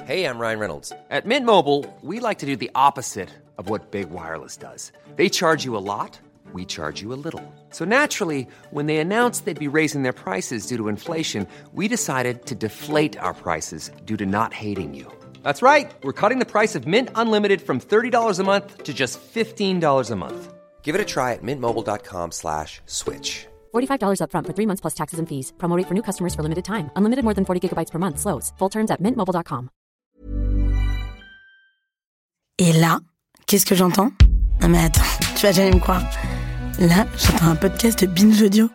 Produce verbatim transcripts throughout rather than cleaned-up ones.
Hey, I'm Ryan Reynolds. At Mint Mobile, we like to do the opposite of what Big Wireless does. They charge you a lot, we charge you a little. So naturally, when they announced they'd be raising their prices due to inflation, we decided to deflate our prices due to not hating you. That's right. We're cutting the price of Mint Unlimited from thirty dollars a month to just fifteen dollars a month. Give it a try at mintmobile.com slash switch. forty-five dollars up front for three months plus taxes and fees. Promo rate for new customers for limited time. Unlimited more than forty gigabytes per month. Slows full terms at mint mobile dot com. Et là, qu'est-ce que j'entends ? Non mais attends, tu vas jamais me croire. Là, j'entends un podcast de Binge Audio.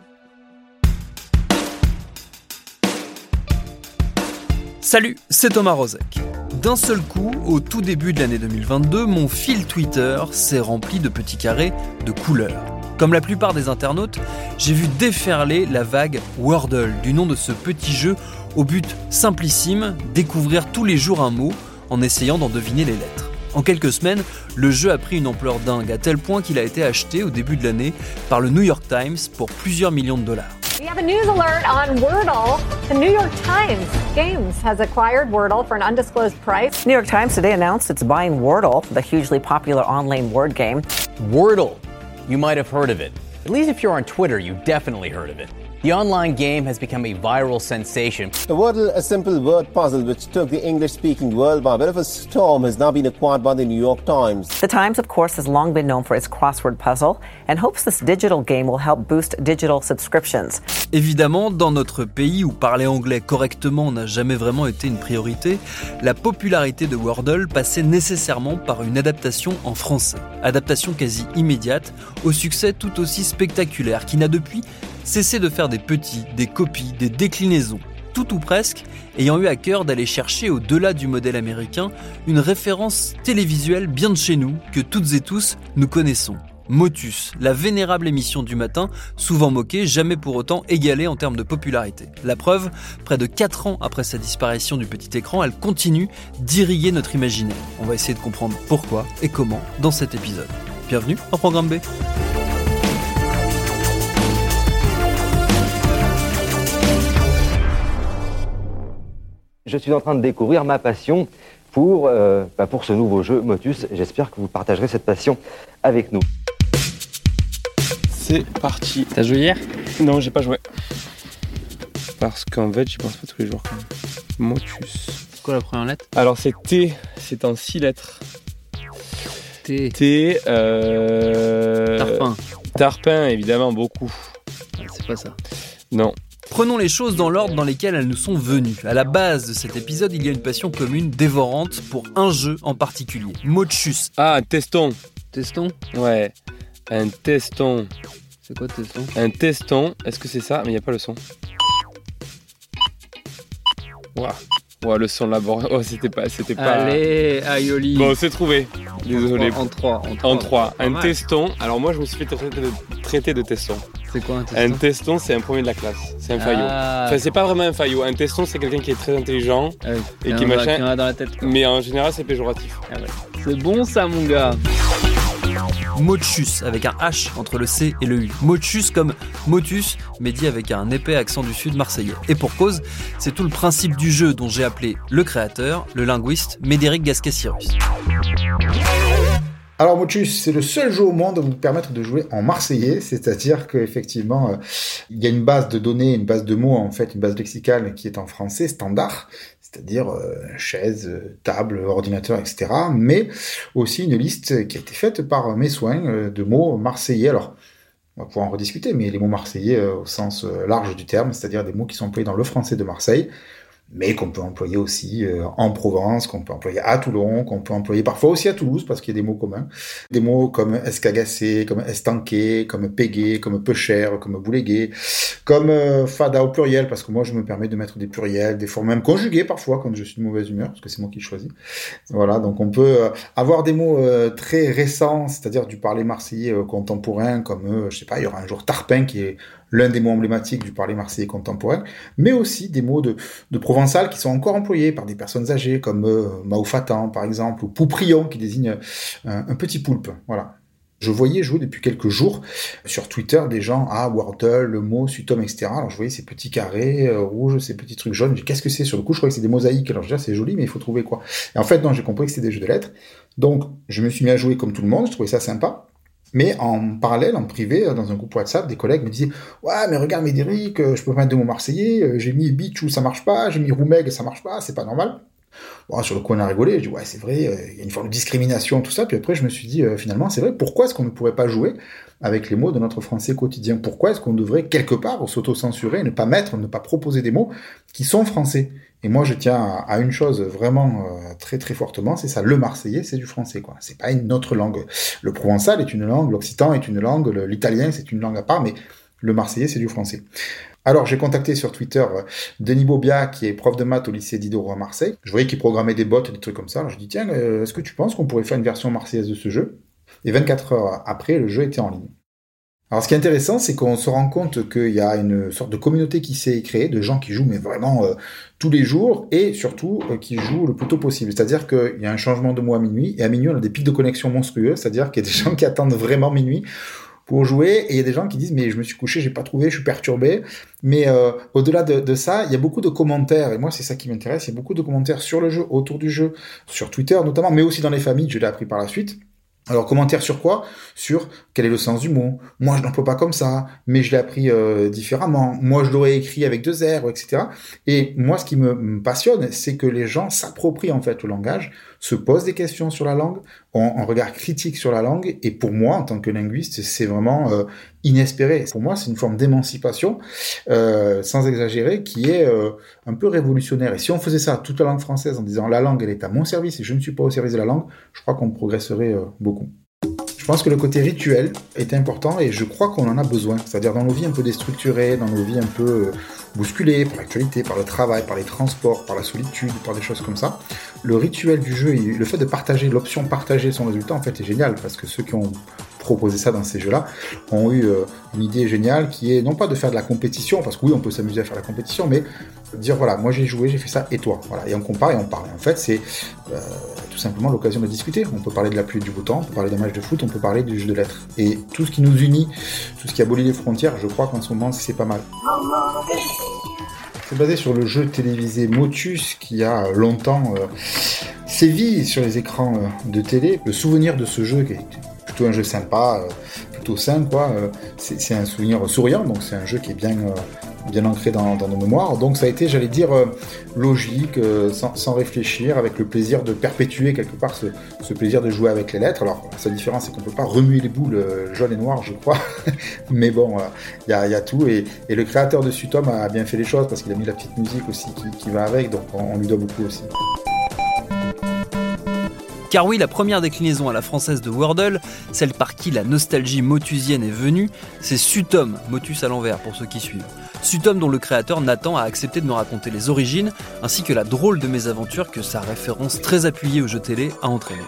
Salut, c'est Thomas Rozek. D'un seul coup, au tout début de l'année deux mille vingt-deux, mon fil Twitter s'est rempli de petits carrés de couleurs. Comme la plupart des internautes, j'ai vu déferler la vague Wordle, du nom de ce petit jeu au but simplissime, découvrir tous les jours un mot en essayant d'en deviner les lettres. En quelques semaines, le jeu a pris une ampleur dingue, à tel point qu'il a été acheté au début de l'année par le New York Times pour plusieurs millions de dollars. We have a news alert on Wordle. The New York Times Games has acquired Wordle for an undisclosed price. New York Times today announced it's buying Wordle, the hugely popular online word game. Wordle. You might have heard of it. At least if you're on Twitter, you definitely heard of it. The online game has become a viral sensation. The Wordle, a simple word puzzle which took the English-speaking world by a bit of a storm, has now been acquired by the New York Times. The Times, of course, has long been known for its crossword puzzle and hopes this digital game will help boost digital subscriptions. Évidemment, dans notre pays où parler anglais correctement n'a jamais vraiment été une priorité, la popularité de Wordle passait nécessairement par une adaptation en français. Adaptation quasi immédiate, au succès tout aussi spectaculaire, qui n'a depuis cessé de faire des petits, des copies, des déclinaisons, tout ou presque, ayant eu à cœur d'aller chercher au-delà du modèle américain une référence télévisuelle bien de chez nous, que toutes et tous nous connaissons. Motus, la vénérable émission du matin, souvent moquée, jamais pour autant égalée en termes de popularité. La preuve, près de quatre ans après sa disparition du petit écran, elle continue d'irriguer notre imaginaire. On va essayer de comprendre pourquoi et comment dans cet épisode. Bienvenue en Programme B. Je suis en train de découvrir ma passion pour, euh, bah pour ce nouveau jeu Motus. J'espère que vous partagerez cette passion avec nous. C'est parti. T'as joué hier ? Non, j'ai pas joué. Parce qu'en fait, j'y pense pas tous les jours quand même. Motus. C'est quoi la première lettre ? Alors c'est T, c'est en six lettres. T. T. Euh... Tarpin. Tarpin, évidemment, beaucoup. C'est pas ça. Non. Prenons les choses dans l'ordre dans lesquels elles nous sont venues. À la base de cet épisode, il y a une passion commune dévorante pour un jeu en particulier. Motus. Ah, un teston. Teston ? Ouais. Un teston. C'est quoi teston ? Un teston. Est-ce que c'est ça ? Mais il n'y a pas le son. Waouh. Ouais, le son là, bon, oh, c'était pas, c'était pas. Allez, Aioli. Bon, c'est trouvé. Désolé. En trois. En trois. Un teston. Alors moi, je me suis fait traiter de, traiter de teston. C'est quoi un teston ? Un teston, c'est un premier de la classe. C'est un faillot. Ah. Enfin, c'est pas vraiment un faillot. Un teston, c'est quelqu'un qui est très intelligent ah oui. et, et qui machin. Qui en a dans la tête. Quoi. Mais en général, c'est péjoratif. Ah ouais. C'est bon ça, mon gars. Motus, avec un H entre le C et le U. Motus comme motus, mais dit avec un épais accent du sud marseillais. Et pour cause, c'est tout le principe du jeu dont j'ai appelé le créateur, le linguiste Médéric Gasquet-Cyrus. Alors Motus, c'est le seul jeu au monde à vous permettre de jouer en marseillais, c'est-à-dire qu'effectivement, euh, il y a une base de données, une base de mots, en fait, une base lexicale qui est en français standard, c'est-à-dire euh, chaise, table, ordinateur, et cetera, mais aussi une liste qui a été faite par mes soins euh, de mots marseillais. Alors, on va pouvoir en rediscuter, mais les mots marseillais euh, au sens euh, large du terme, c'est-à-dire des mots qui sont employés dans le français de Marseille, mais qu'on peut employer aussi euh, en Provence, qu'on peut employer à Toulon, qu'on peut employer parfois aussi à Toulouse, parce qu'il y a des mots communs. Des mots comme escagacé, comme estanqué, comme pégué, comme peu cher, comme boulégué, comme euh, fada au pluriel, parce que moi je me permets de mettre des pluriels, des formes même conjuguées parfois quand je suis de mauvaise humeur, parce que c'est moi qui le choisis. Voilà, donc on peut euh, avoir des mots euh, très récents, c'est-à-dire du parler marseillais euh, contemporain, comme, euh, je sais pas, il y aura un jour tarpin qui est l'un des mots emblématiques du parler marseillais contemporain, mais aussi des mots de, de provençal qui sont encore employés par des personnes âgées, comme euh, maoufatan, par exemple, ou pouprion, qui désigne un, un petit poulpe. Voilà. Je voyais jouer depuis quelques jours sur Twitter des gens, ah, Wordle, le mot, Sutom, et cetera. Alors je voyais ces petits carrés euh, rouges, ces petits trucs jaunes. Je dis, qu'est-ce que c'est? Sur le coup, je croyais que c'était des mosaïques. Alors je dis, ah, c'est joli, mais il faut trouver quoi? Et en fait, non, j'ai compris que c'était des jeux de lettres. Donc, je me suis mis à jouer comme tout le monde. Je trouvais ça sympa. Mais en parallèle, en privé, dans un groupe WhatsApp, des collègues me disaient « Ouais, mais regarde Médéric, je peux pas mettre de mots marseillais, j'ai mis Bichou, ça marche pas, j'ai mis Roumègue, ça marche pas, c'est pas normal. » Bon, sur le coup, on a rigolé, je dis « Ouais, c'est vrai, il y a une forme de discrimination, tout ça. » Puis après, je me suis dit euh, « Finalement, c'est vrai, pourquoi est-ce qu'on ne pourrait pas jouer avec les mots de notre français quotidien? Pourquoi est-ce qu'on devrait, quelque part, s'auto-censurer, ne pas mettre, ne pas proposer des mots qui sont français ?» Et moi, je tiens à une chose vraiment euh, très très fortement, c'est ça, le marseillais, c'est du français, quoi. C'est pas une autre langue. Le provençal est une langue, l'occitan est une langue, l'italien, c'est une langue à part, mais le marseillais, c'est du français. Alors, j'ai contacté sur Twitter euh, Denis Bobia, qui est prof de maths au lycée Diderot à Marseille. Je voyais qu'il programmait des bots, des trucs comme ça. Alors, je dis, tiens, euh, est-ce que tu penses qu'on pourrait faire une version marseillaise de ce jeu? Et vingt-quatre heures après, le jeu était en ligne. Alors, ce qui est intéressant, c'est qu'on se rend compte qu'il y a une sorte de communauté qui s'est créée, de gens qui jouent, mais vraiment euh, tous les jours, et surtout euh, qui jouent le plus tôt possible. C'est-à-dire qu'il y a un changement de mois à minuit, et à minuit, on a des pics de connexion monstrueux, c'est-à-dire qu'il y a des gens qui attendent vraiment minuit pour jouer, et il y a des gens qui disent « mais je me suis couché, j'ai pas trouvé, je suis perturbé ». Mais euh, au-delà de, de ça, il y a beaucoup de commentaires, et moi c'est ça qui m'intéresse, il y a beaucoup de commentaires sur le jeu, autour du jeu, sur Twitter notamment, mais aussi dans les familles, je l'ai appris par la suite. Alors, commentaire sur quoi? Sur quel est le sens du mot. Moi, je n'emploie pas comme ça, mais je l'ai appris euh, différemment. Moi, je l'aurais écrit avec deux R, et cetera. Et moi, ce qui me, me passionne, c'est que les gens s'approprient en fait le langage, se posent des questions sur la langue, ont un regard critique sur la langue. Et pour moi, en tant que linguiste, c'est vraiment euh, inespéré. Pour moi, c'est une forme d'émancipation, euh, sans exagérer, qui est euh, un peu révolutionnaire. Et si on faisait ça à toute la langue française en disant la langue, elle est à mon service et je ne suis pas au service de la langue, je crois qu'on progresserait euh, beaucoup. Je pense que le côté rituel est important et je crois qu'on en a besoin. C'est-à-dire dans nos vies un peu déstructurées, dans nos vies un peu bousculées par l'actualité, par le travail, par les transports, par la solitude, par des choses comme ça. Le rituel du jeu, le fait de partager, l'option partager son résultat, en fait, est génial parce que ceux qui ont proposé ça dans ces jeux-là ont eu euh, une idée géniale qui est non pas de faire de la compétition, parce que oui, on peut s'amuser à faire la compétition, mais de dire voilà, moi j'ai joué, j'ai fait ça, et toi, voilà, et on compare et on parle. Et en fait, c'est euh, tout simplement l'occasion de discuter. On peut parler de la pluie et du beau temps, on peut parler d'un match de foot, on peut parler du jeu de lettres. Et tout ce qui nous unit, tout ce qui abolit les frontières, je crois qu'en ce moment, c'est pas mal. C'est basé sur le jeu télévisé Motus qui a longtemps euh, sévi sur les écrans euh, de télé. Le souvenir de ce jeu qui est plutôt un jeu sympa, euh, plutôt sain, quoi. Euh, c'est, c'est un souvenir souriant, donc c'est un jeu qui est bien, euh, bien ancré dans, dans nos mémoires. Donc ça a été, j'allais dire, euh, logique, euh, sans, sans réfléchir, avec le plaisir de perpétuer quelque part ce, ce plaisir de jouer avec les lettres. Alors la seule différence, c'est qu'on peut pas remuer les boules euh, jaunes et noires, je crois. Mais bon, il euh, y, a, y a tout. Et, et le créateur de Sutom a bien fait les choses parce qu'il a mis la petite musique aussi qui, qui va avec, donc on, on lui doit beaucoup aussi. Car oui, la première déclinaison à la française de Wordle, celle par qui la nostalgie motusienne est venue, c'est Sutom, Motus à l'envers pour ceux qui suivent. Sutom dont le créateur Nathan a accepté de me raconter les origines, ainsi que la drôle de mésaventure que sa référence très appuyée au jeu télé a entraîné.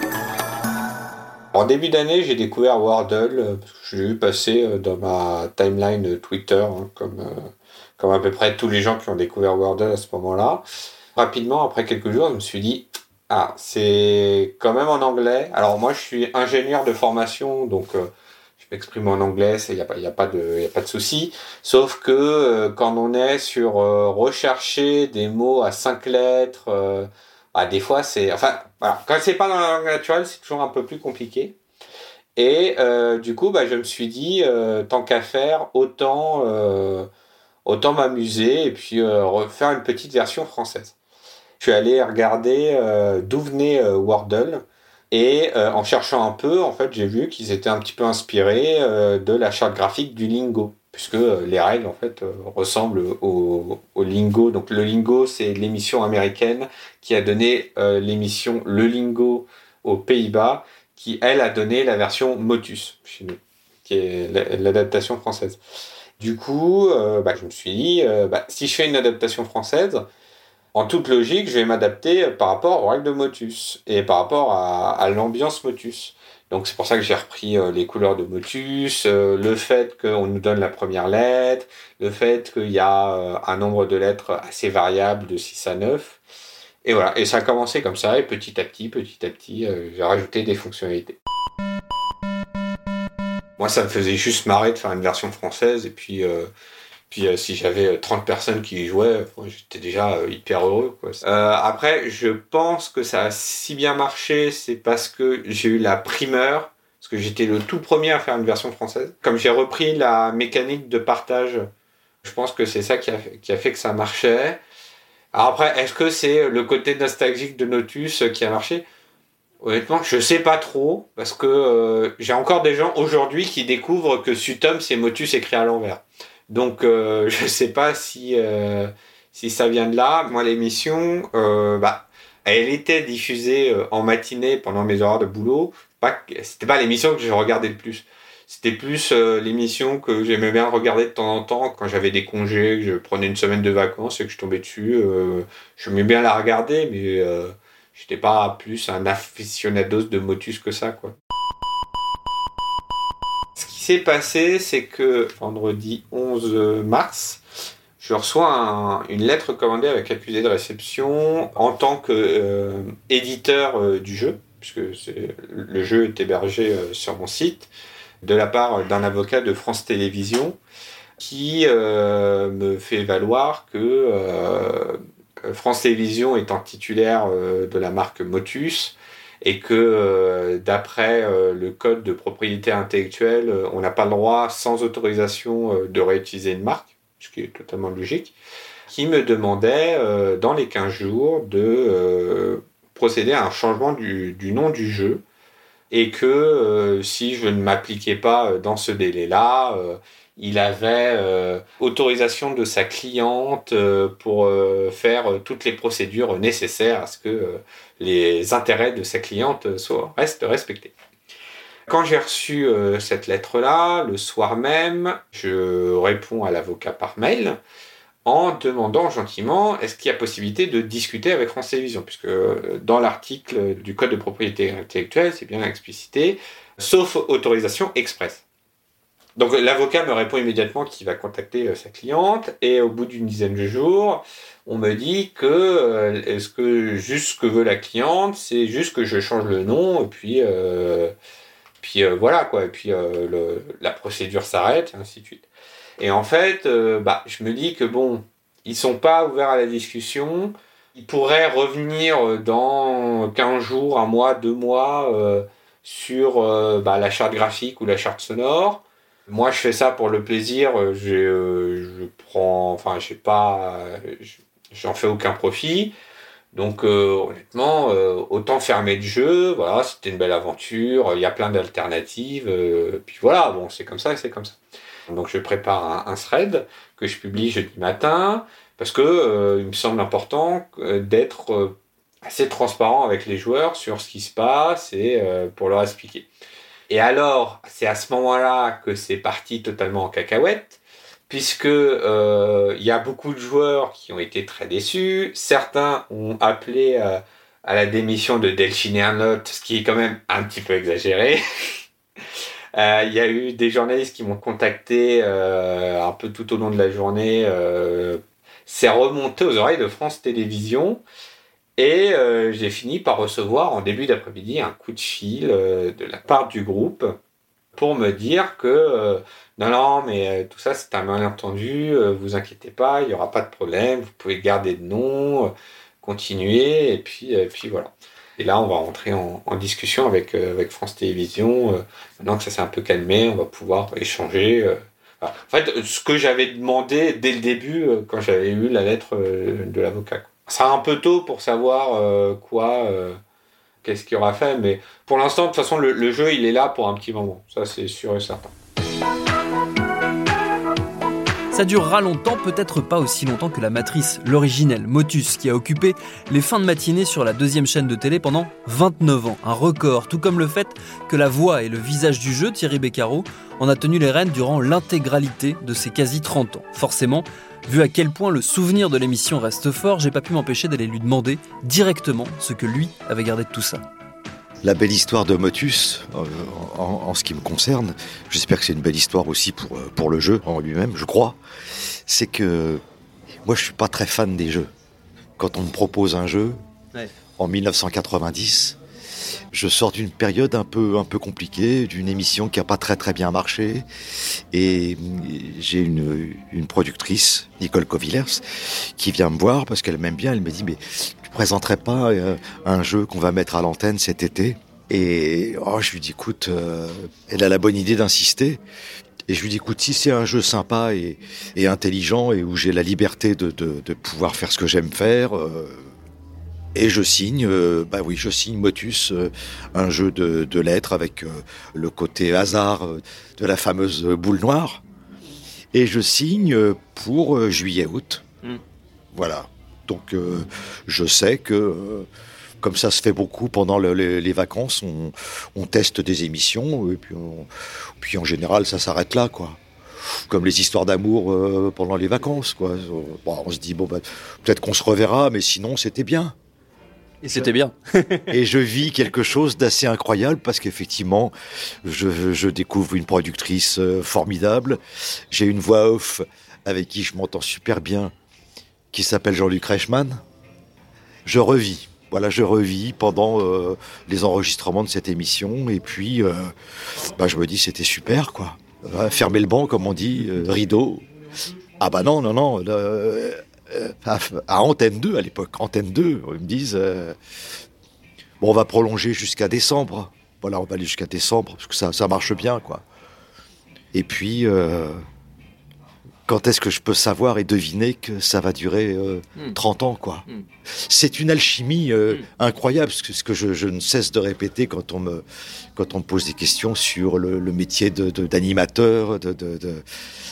En début d'année, j'ai découvert Wordle, parce que j'ai vu passer dans ma timeline Twitter, hein, comme, euh, comme à peu près tous les gens qui ont découvert Wordle à ce moment-là. Rapidement, après quelques jours, je me suis dit... Ah, c'est quand même en anglais. Alors moi, je suis ingénieur de formation, donc euh, je m'exprime en anglais, il n'y a pas, y a pas de, y a pas de souci. Sauf que euh, quand on est sur euh, rechercher des mots à cinq lettres, euh, bah, des fois c'est, enfin, voilà, quand c'est pas dans la langue naturelle, c'est toujours un peu plus compliqué. Et euh, du coup, bah, je me suis dit, euh, tant qu'à faire, autant, euh, autant m'amuser et puis euh, refaire une petite version française. Je suis allé regarder euh, d'où venait euh, Wordle et euh, en cherchant un peu, en fait, j'ai vu qu'ils étaient un petit peu inspirés euh, de la charte graphique du Lingo, puisque euh, les règles en fait euh, ressemblent au, au Lingo. Donc le Lingo, c'est l'émission américaine qui a donné euh, l'émission Le Lingo aux Pays-Bas, qui elle a donné la version Motus chez nous, qui est l'adaptation française. Du coup, euh, bah, je me suis dit, euh, bah, si je fais une adaptation française, en toute logique, je vais m'adapter par rapport aux règles de Motus et par rapport à, à l'ambiance Motus. Donc c'est pour ça que j'ai repris euh, les couleurs de Motus, euh, le fait qu'on nous donne la première lettre, le fait qu'il y a euh, un nombre de lettres assez variable de six à neuf. Et voilà, et ça a commencé comme ça, et petit à petit, petit à petit, euh, j'ai rajouté des fonctionnalités. Moi, ça me faisait juste marrer de faire une version française, et puis, euh, puis euh, si j'avais trente personnes qui y jouaient, j'étais déjà euh, hyper heureux, quoi. Euh, après, je pense que ça a si bien marché, c'est parce que j'ai eu la primeur, parce que j'étais le tout premier à faire une version française. Comme j'ai repris la mécanique de partage, je pense que c'est ça qui a, qui a fait que ça marchait. Alors après, est-ce que c'est le côté nostalgique de Motus qui a marché ? Honnêtement, je sais pas trop, parce que euh, j'ai encore des gens aujourd'hui qui découvrent que Sutom, c'est Motus écrit à l'envers. Donc, euh, je sais pas si, euh, si ça vient de là. Moi, l'émission, euh, bah, elle était diffusée en matinée pendant mes horaires de boulot. Pas, c'était pas l'émission que je regardais le plus. C'était plus euh, l'émission que j'aimais bien regarder de temps en temps quand j'avais des congés, que je prenais une semaine de vacances et que je tombais dessus. Euh, j'aimais bien la regarder, mais euh, j'étais pas plus un aficionados de Motus que ça, quoi. Ce qui s'est passé, c'est que vendredi onze mars, je reçois un, une lettre commandée avec accusé de réception en tant qu'éditeur euh, euh, du jeu, puisque c'est, le jeu est hébergé euh, sur mon site, de la part d'un avocat de France Télévisions qui euh, me fait valoir que euh, France Télévisions étant titulaire euh, de la marque Motus et que euh, d'après euh, le code de propriété intellectuelle, euh, on n'a pas le droit sans autorisation euh, de réutiliser une marque, ce qui est totalement logique, qui me demandait euh, dans les quinze jours de euh, procéder à un changement du, du nom du jeu, et que euh, si je ne m'appliquais pas dans ce délai-là, euh, il avait euh, autorisation de sa cliente euh, pour euh, faire euh, toutes les procédures nécessaires à ce que euh, les intérêts de sa cliente soient, restent respectés. Quand j'ai reçu euh, cette lettre-là, le soir même, je réponds à l'avocat par mail en demandant gentiment est-ce qu'il y a possibilité de discuter avec France Télévisions, puisque dans l'article du Code de propriété intellectuelle, c'est bien explicité, sauf autorisation expresse. Donc l'avocat me répond immédiatement qu'il va contacter sa cliente, et au bout d'une dizaine de jours, on me dit que est-ce que juste ce que veut la cliente, c'est juste que je change le nom, et puis, euh, puis euh, voilà quoi, et puis euh, le, la procédure s'arrête, et ainsi de suite. Et en fait, euh, bah, je me dis que bon, ils sont pas ouverts à la discussion. Ils pourraient revenir dans quinze jours, un mois, deux mois euh, sur euh, bah, la charte graphique ou la charte sonore. Moi, je fais ça pour le plaisir. J'ai, euh, je prends, enfin, j'ai pas, j'en fais aucun profit. Donc, euh, honnêtement, euh, autant fermer le jeu. Voilà, c'était une belle aventure. Il y a plein d'alternatives. Euh, puis voilà, bon, c'est comme ça, c'est comme ça. Donc je prépare un, un thread que je publie jeudi matin parce que euh, il me semble important d'être euh, assez transparent avec les joueurs sur ce qui se passe et euh, pour leur expliquer. Et alors, c'est à ce moment-là que c'est parti totalement en cacahuète, puisque euh, il y a beaucoup de joueurs qui ont été très déçus. Certains ont appelé euh, à la démission de Delphine Ernotte, ce qui est quand même un petit peu exagéré. Il euh, y a eu des journalistes qui m'ont contacté euh, un peu tout au long de la journée. Euh, c'est remonté aux oreilles de France Télévisions et euh, j'ai fini par recevoir en début d'après-midi un coup de fil euh, de la part du groupe pour me dire que euh, non, non, mais euh, tout ça c'est un malentendu, euh, vous inquiétez pas, il n'y aura pas de problème, vous pouvez garder le nom, euh, continuer, et puis, euh, puis voilà. Et là, on va rentrer en, en discussion avec, euh, avec France Télévisions. Euh, maintenant que ça s'est un peu calmé, on va pouvoir échanger. Euh, voilà. En fait, ce que j'avais demandé dès le début, euh, quand j'avais eu la lettre euh, de l'avocat. Ça sera un peu tôt pour savoir euh, quoi, euh, qu'est-ce qu'il y aura fait. Mais pour l'instant, de toute façon, le, le jeu, il est là pour un petit moment. Ça, c'est sûr et certain. Ça durera longtemps, peut-être pas aussi longtemps que la Matrice, l'originelle, Motus, qui a occupé les fins de matinée sur la deuxième chaîne de télé pendant vingt-neuf ans. Un record, tout comme le fait que la voix et le visage du jeu, Thierry Beccaro, en a tenu les rênes durant l'intégralité de ses quasi trente ans. Forcément, vu à quel point le souvenir de l'émission reste fort, j'ai pas pu m'empêcher d'aller lui demander directement ce que lui avait gardé de tout ça. La belle histoire de Motus, euh, en, en ce qui me concerne, j'espère que c'est une belle histoire aussi pour, pour le jeu en lui-même, je crois, c'est que moi je suis pas très fan des jeux. Quand on me propose un jeu, ouais. En dix-neuf cent quatre-vingt-dix, Je sors d'une période un peu, un peu compliquée, d'une émission qui n'a pas très très bien marché. Et j'ai une, une productrice, Nicole Covillers, qui vient me voir parce qu'elle m'aime bien. Elle me dit, mais tu présenterais pas euh, un jeu qu'on va mettre à l'antenne cet été ? Et oh, je lui dis, écoute, euh, elle a la bonne idée d'insister. Et je lui dis, écoute, si c'est un jeu sympa et, et intelligent et où j'ai la liberté de, de, de pouvoir faire ce que j'aime faire, euh, et je signe, euh, bah oui, je signe Motus, euh, un jeu de, de lettres avec euh, le côté hasard euh, de la fameuse boule noire. Et je signe pour euh, juillet-août. Mm. Voilà. Donc, euh, je sais que... Euh, Comme ça se fait beaucoup pendant le, les, les vacances, on, on teste des émissions et puis, on, puis en général ça s'arrête là, quoi. Comme les histoires d'amour euh, pendant les vacances, quoi. Bon, on se dit bon bah, peut-être qu'on se reverra, mais sinon c'était bien. Et c'était bien. Et je vis quelque chose d'assez incroyable parce qu'effectivement je, je découvre une productrice euh, formidable. J'ai une voix off avec qui je m'entends super bien, qui s'appelle Jean-Luc Reichmann. Je revis. Voilà, je revis pendant euh, les enregistrements de cette émission et puis euh, bah, je me dis c'était super, quoi. Euh, fermer le banc, comme on dit, euh, rideau. Ah bah non, non, non. Euh, euh, à, à Antenne deux, à l'époque, Antenne deux, ils me disent euh, bon, on va prolonger jusqu'à décembre. Voilà, on va aller jusqu'à décembre parce que ça, ça marche bien, quoi. Et puis... Euh, quand est-ce que je peux savoir et deviner que ça va durer euh, mmh. trente ans, quoi. Mmh. C'est une alchimie euh, mmh. incroyable, ce que, ce que je, je ne cesse de répéter quand on me, quand on me pose des questions sur le, le métier de, de, d'animateur, de, de, de...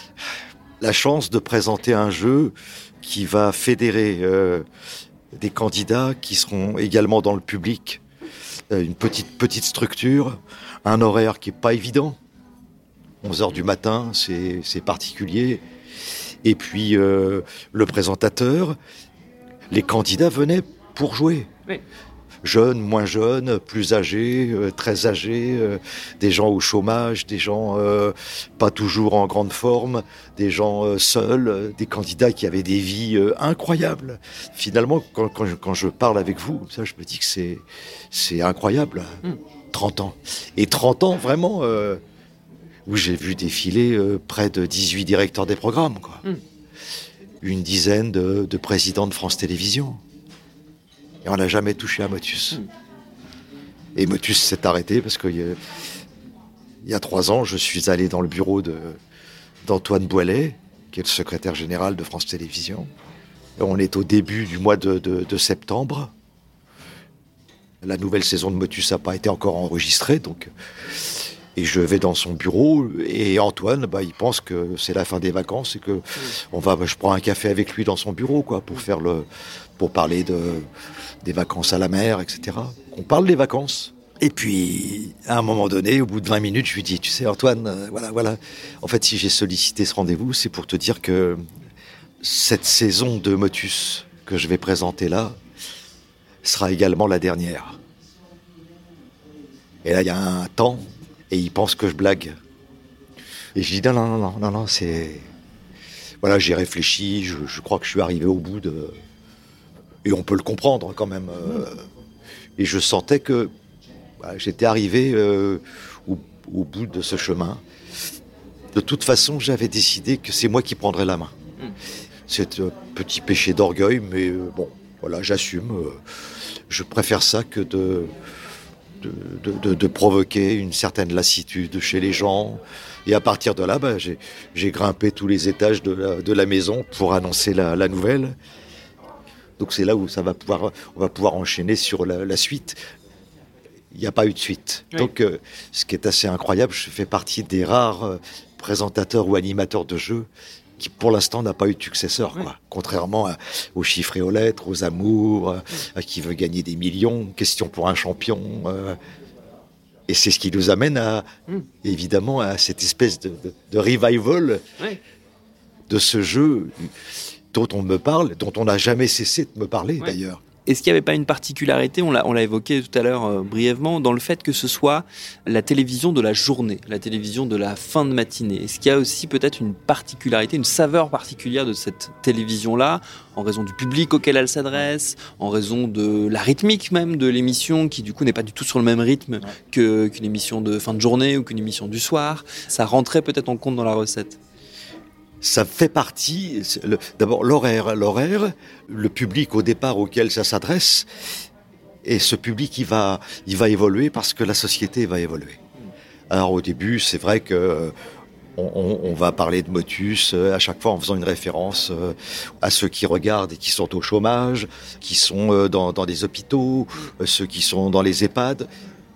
la chance de présenter un jeu qui va fédérer euh, des candidats qui seront également dans le public, euh, une petite, petite structure, un horaire qui n'est pas évident. onze heures du matin, c'est, c'est particulier. Et puis, euh, le présentateur, les candidats venaient pour jouer. Oui. Jeunes, moins jeunes, plus âgés, euh, très âgés, euh, des gens au chômage, des gens euh, pas toujours en grande forme, des gens euh, seuls, euh, des candidats qui avaient des vies euh, incroyables. Finalement, quand, quand, je, quand je parle avec vous, ça, je me dis que c'est, c'est incroyable. Mm. trente ans. Et trente ans, vraiment... Euh, où j'ai vu défiler euh, près de dix-huit directeurs des programmes, quoi. Mm. Une dizaine de, de présidents de France Télévisions. Et on n'a jamais touché à Motus. Mm. Et Motus s'est arrêté parce qu'il y, y a trois ans, je suis allé dans le bureau de, d'Antoine Boilet, qui est le secrétaire général de France Télévisions. Et on est au début du mois de, de, de septembre. La nouvelle saison de Motus n'a pas été encore enregistrée, donc... Et je vais dans son bureau et Antoine, bah, il pense que c'est la fin des vacances et que mmh. on va, bah, je prends un café avec lui dans son bureau, quoi, pour faire le, pour parler de, des vacances à la mer, et cetera. On parle des vacances. Et puis, à un moment donné, au bout de vingt minutes, je lui dis, tu sais, Antoine, euh, voilà, voilà. En fait, si j'ai sollicité ce rendez-vous, c'est pour te dire que cette saison de Motus que je vais présenter là sera également la dernière. Et là, il y a un temps. Et il pense que je blague. Et je dis non, non, non, non, non, c'est... Voilà, j'ai réfléchi, je, je crois que je suis arrivé au bout de... Et on peut le comprendre quand même. Euh... Et je sentais que bah, j'étais arrivé euh, au, au bout de ce chemin. De toute façon, j'avais décidé que c'est moi qui prendrais la main. C'est un petit péché d'orgueil, mais euh, bon, voilà, j'assume. Euh, je préfère ça que de... De, de, de, de provoquer une certaine lassitude chez les gens. Et à partir de là, bah, j'ai, j'ai grimpé tous les étages de la, de la maison pour annoncer la, la nouvelle. Donc c'est là où ça va pouvoir, on va pouvoir enchaîner sur la, la suite. Il n'y a pas eu de suite. Oui. Donc euh, ce qui est assez incroyable, je fais partie des rares euh, présentateurs ou animateurs de jeux qui pour l'instant n'a pas eu de successeur, quoi. Oui. Contrairement à, aux chiffres et aux lettres, aux amours, oui. à qui veut gagner des millions, question pour un champion. Euh, et c'est ce qui nous amène à, mm. évidemment, à cette espèce de, de, de revival oui. de ce jeu dont on me parle, dont on n'a jamais cessé de me parler, oui. d'ailleurs. Est-ce qu'il n'y avait pas une particularité, on l'a, on l'a évoqué tout à l'heure euh, brièvement, dans le fait que ce soit la télévision de la journée, la télévision de la fin de matinée? Est-ce qu'il y a aussi peut-être une particularité, une saveur particulière de cette télévision-là, en raison du public auquel elle s'adresse, en raison de la rythmique même de l'émission, qui du coup n'est pas du tout sur le même rythme que, qu'une émission de fin de journée ou qu'une émission du soir? Ça rentrait peut-être en compte dans la recette? Ça fait partie, le, d'abord l'horaire, l'horaire, le public au départ auquel ça s'adresse, et ce public il va, il va évoluer parce que la société va évoluer. Alors au début, c'est vrai que on, on, on va parler de Motus à chaque fois en faisant une référence à ceux qui regardent et qui sont au chômage, qui sont dans, dans des hôpitaux, ceux qui sont dans les EHPAD.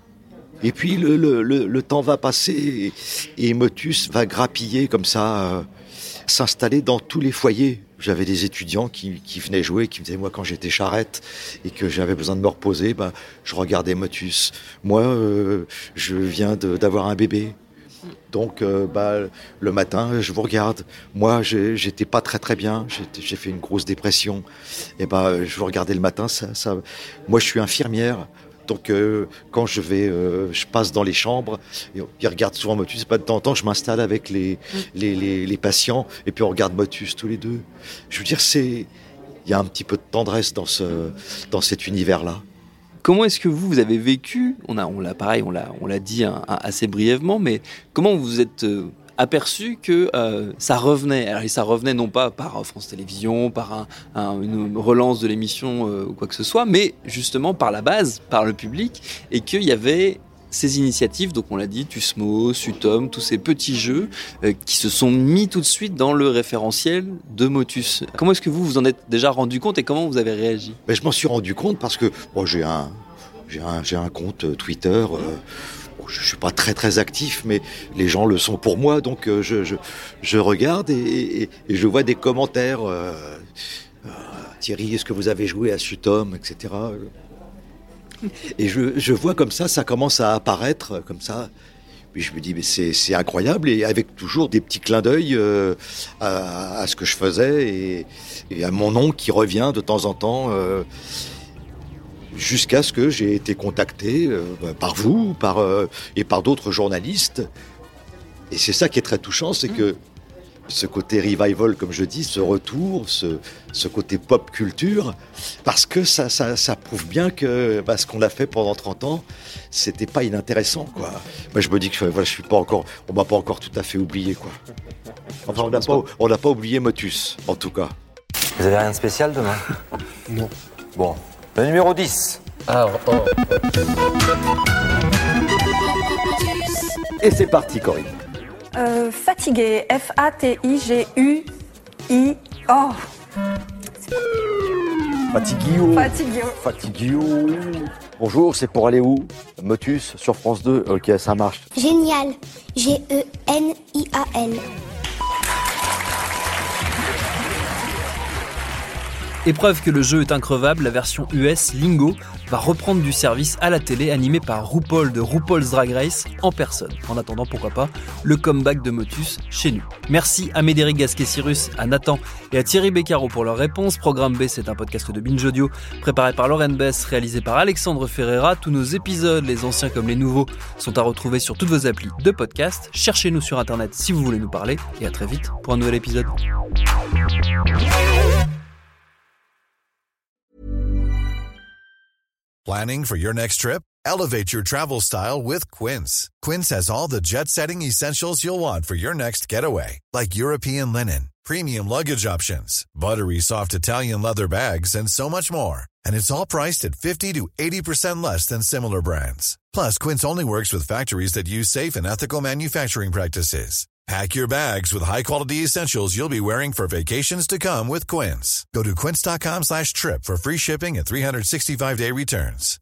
Et puis le, le, le, le temps va passer et, et Motus va grappiller comme ça. S'installer dans tous les foyers. J'avais des étudiants qui, qui venaient jouer, qui me disaient, moi, quand j'étais charrette et que j'avais besoin de me reposer, ben, je regardais Motus. Moi, euh, je viens de, d'avoir un bébé. Donc, euh, bah, le matin, je vous regarde. Moi, j'ai, j'étais pas très très bien. J'étais, j'ai fait une grosse dépression. Et ben, je vous regardais le matin. Ça, ça... Moi, je suis infirmière. Donc, euh, quand je vais, euh, je passe dans les chambres, et ils regardent souvent Motus. Pas de temps en temps, je m'installe avec les, mmh. les, les, les patients, et puis on regarde Motus tous les deux. Je veux dire, c'est, il y a un petit peu de tendresse dans ce, dans cet univers-là. Comment est-ce que vous, vous avez vécu, on a, on l'a pareil, on l'a, on l'a dit hein, assez brièvement, mais comment vous vous êtes euh, aperçu que euh, ça revenait? Alors, ça revenait non pas par France Télévisions, par un, un, une relance de l'émission euh, ou quoi que ce soit, mais justement par la base, par le public, et qu'il y avait ces initiatives, donc on l'a dit, Tusmo, Sutom, tous ces petits jeux euh, qui se sont mis tout de suite dans le référentiel de Motus. Comment est-ce que vous vous en êtes déjà rendu compte et comment vous avez réagi? Ben, je m'en suis rendu compte parce que bon, j'ai, un, j'ai, un, j'ai un compte Twitter. Euh, Je ne suis pas très très actif, mais les gens le sont pour moi, donc euh, je, je, je regarde et, et, et je vois des commentaires. Euh, euh, Thierry, est-ce que vous avez joué à Sutom, et cetera. Et je, je vois comme ça, ça commence à apparaître comme ça. Puis je me dis, mais c'est, c'est incroyable, et avec toujours des petits clins d'œil euh, à, à ce que je faisais et, et à mon nom qui revient de temps en temps. Euh, Jusqu'à ce que j'ai été contacté euh, par vous par, euh, et par d'autres journalistes. Et c'est ça qui est très touchant, c'est que ce côté revival, comme je dis, ce retour, ce, ce côté pop culture, parce que ça, ça, ça prouve bien que bah, ce qu'on a fait pendant trente ans, c'était pas inintéressant, quoi. Moi, je me dis que voilà, je suis pas encore, on m'a pas encore tout à fait oublié, quoi. Enfin, on n'a pas, on n'a pas oublié Motus, en tout cas. Vous avez rien de spécial demain? Non. Bon. Le numéro dix. Alors, oh. Et c'est parti, Corinne. Euh, fatigué. F A T I G U I O. Fatiguio. Fatiguio. Fatiguio. Bonjour, c'est pour aller où? Motus sur France deux. Ok, ça marche. Génial. G E N I A L. Et preuve que le jeu est increvable, la version U S Lingo va reprendre du service à la télé, animée par RuPaul de RuPaul's Drag Race en personne. En attendant, pourquoi pas, le comeback de Motus chez nous. Merci à Médéric Gasquet-Cyrus, à Nathan et à Thierry Beccaro pour leurs réponses. Programme B, c'est un podcast de Binge Audio, préparé par Lauren Bess, réalisé par Alexandre Ferreira. Tous nos épisodes, les anciens comme les nouveaux, sont à retrouver sur toutes vos applis de podcast. Cherchez-nous sur Internet si vous voulez nous parler, et à très vite pour un nouvel épisode. Planning for your next trip? Elevate your travel style with Quince. Quince has all the jet-setting essentials you'll want for your next getaway, like European linen, premium luggage options, buttery soft Italian leather bags, and so much more. And it's all priced at fifty to eighty percent less than similar brands. Plus, Quince only works with factories that use safe and ethical manufacturing practices. Pack your bags with high-quality essentials you'll be wearing for vacations to come with Quince. Go to quince.com slash trip for free shipping and three sixty-five day returns.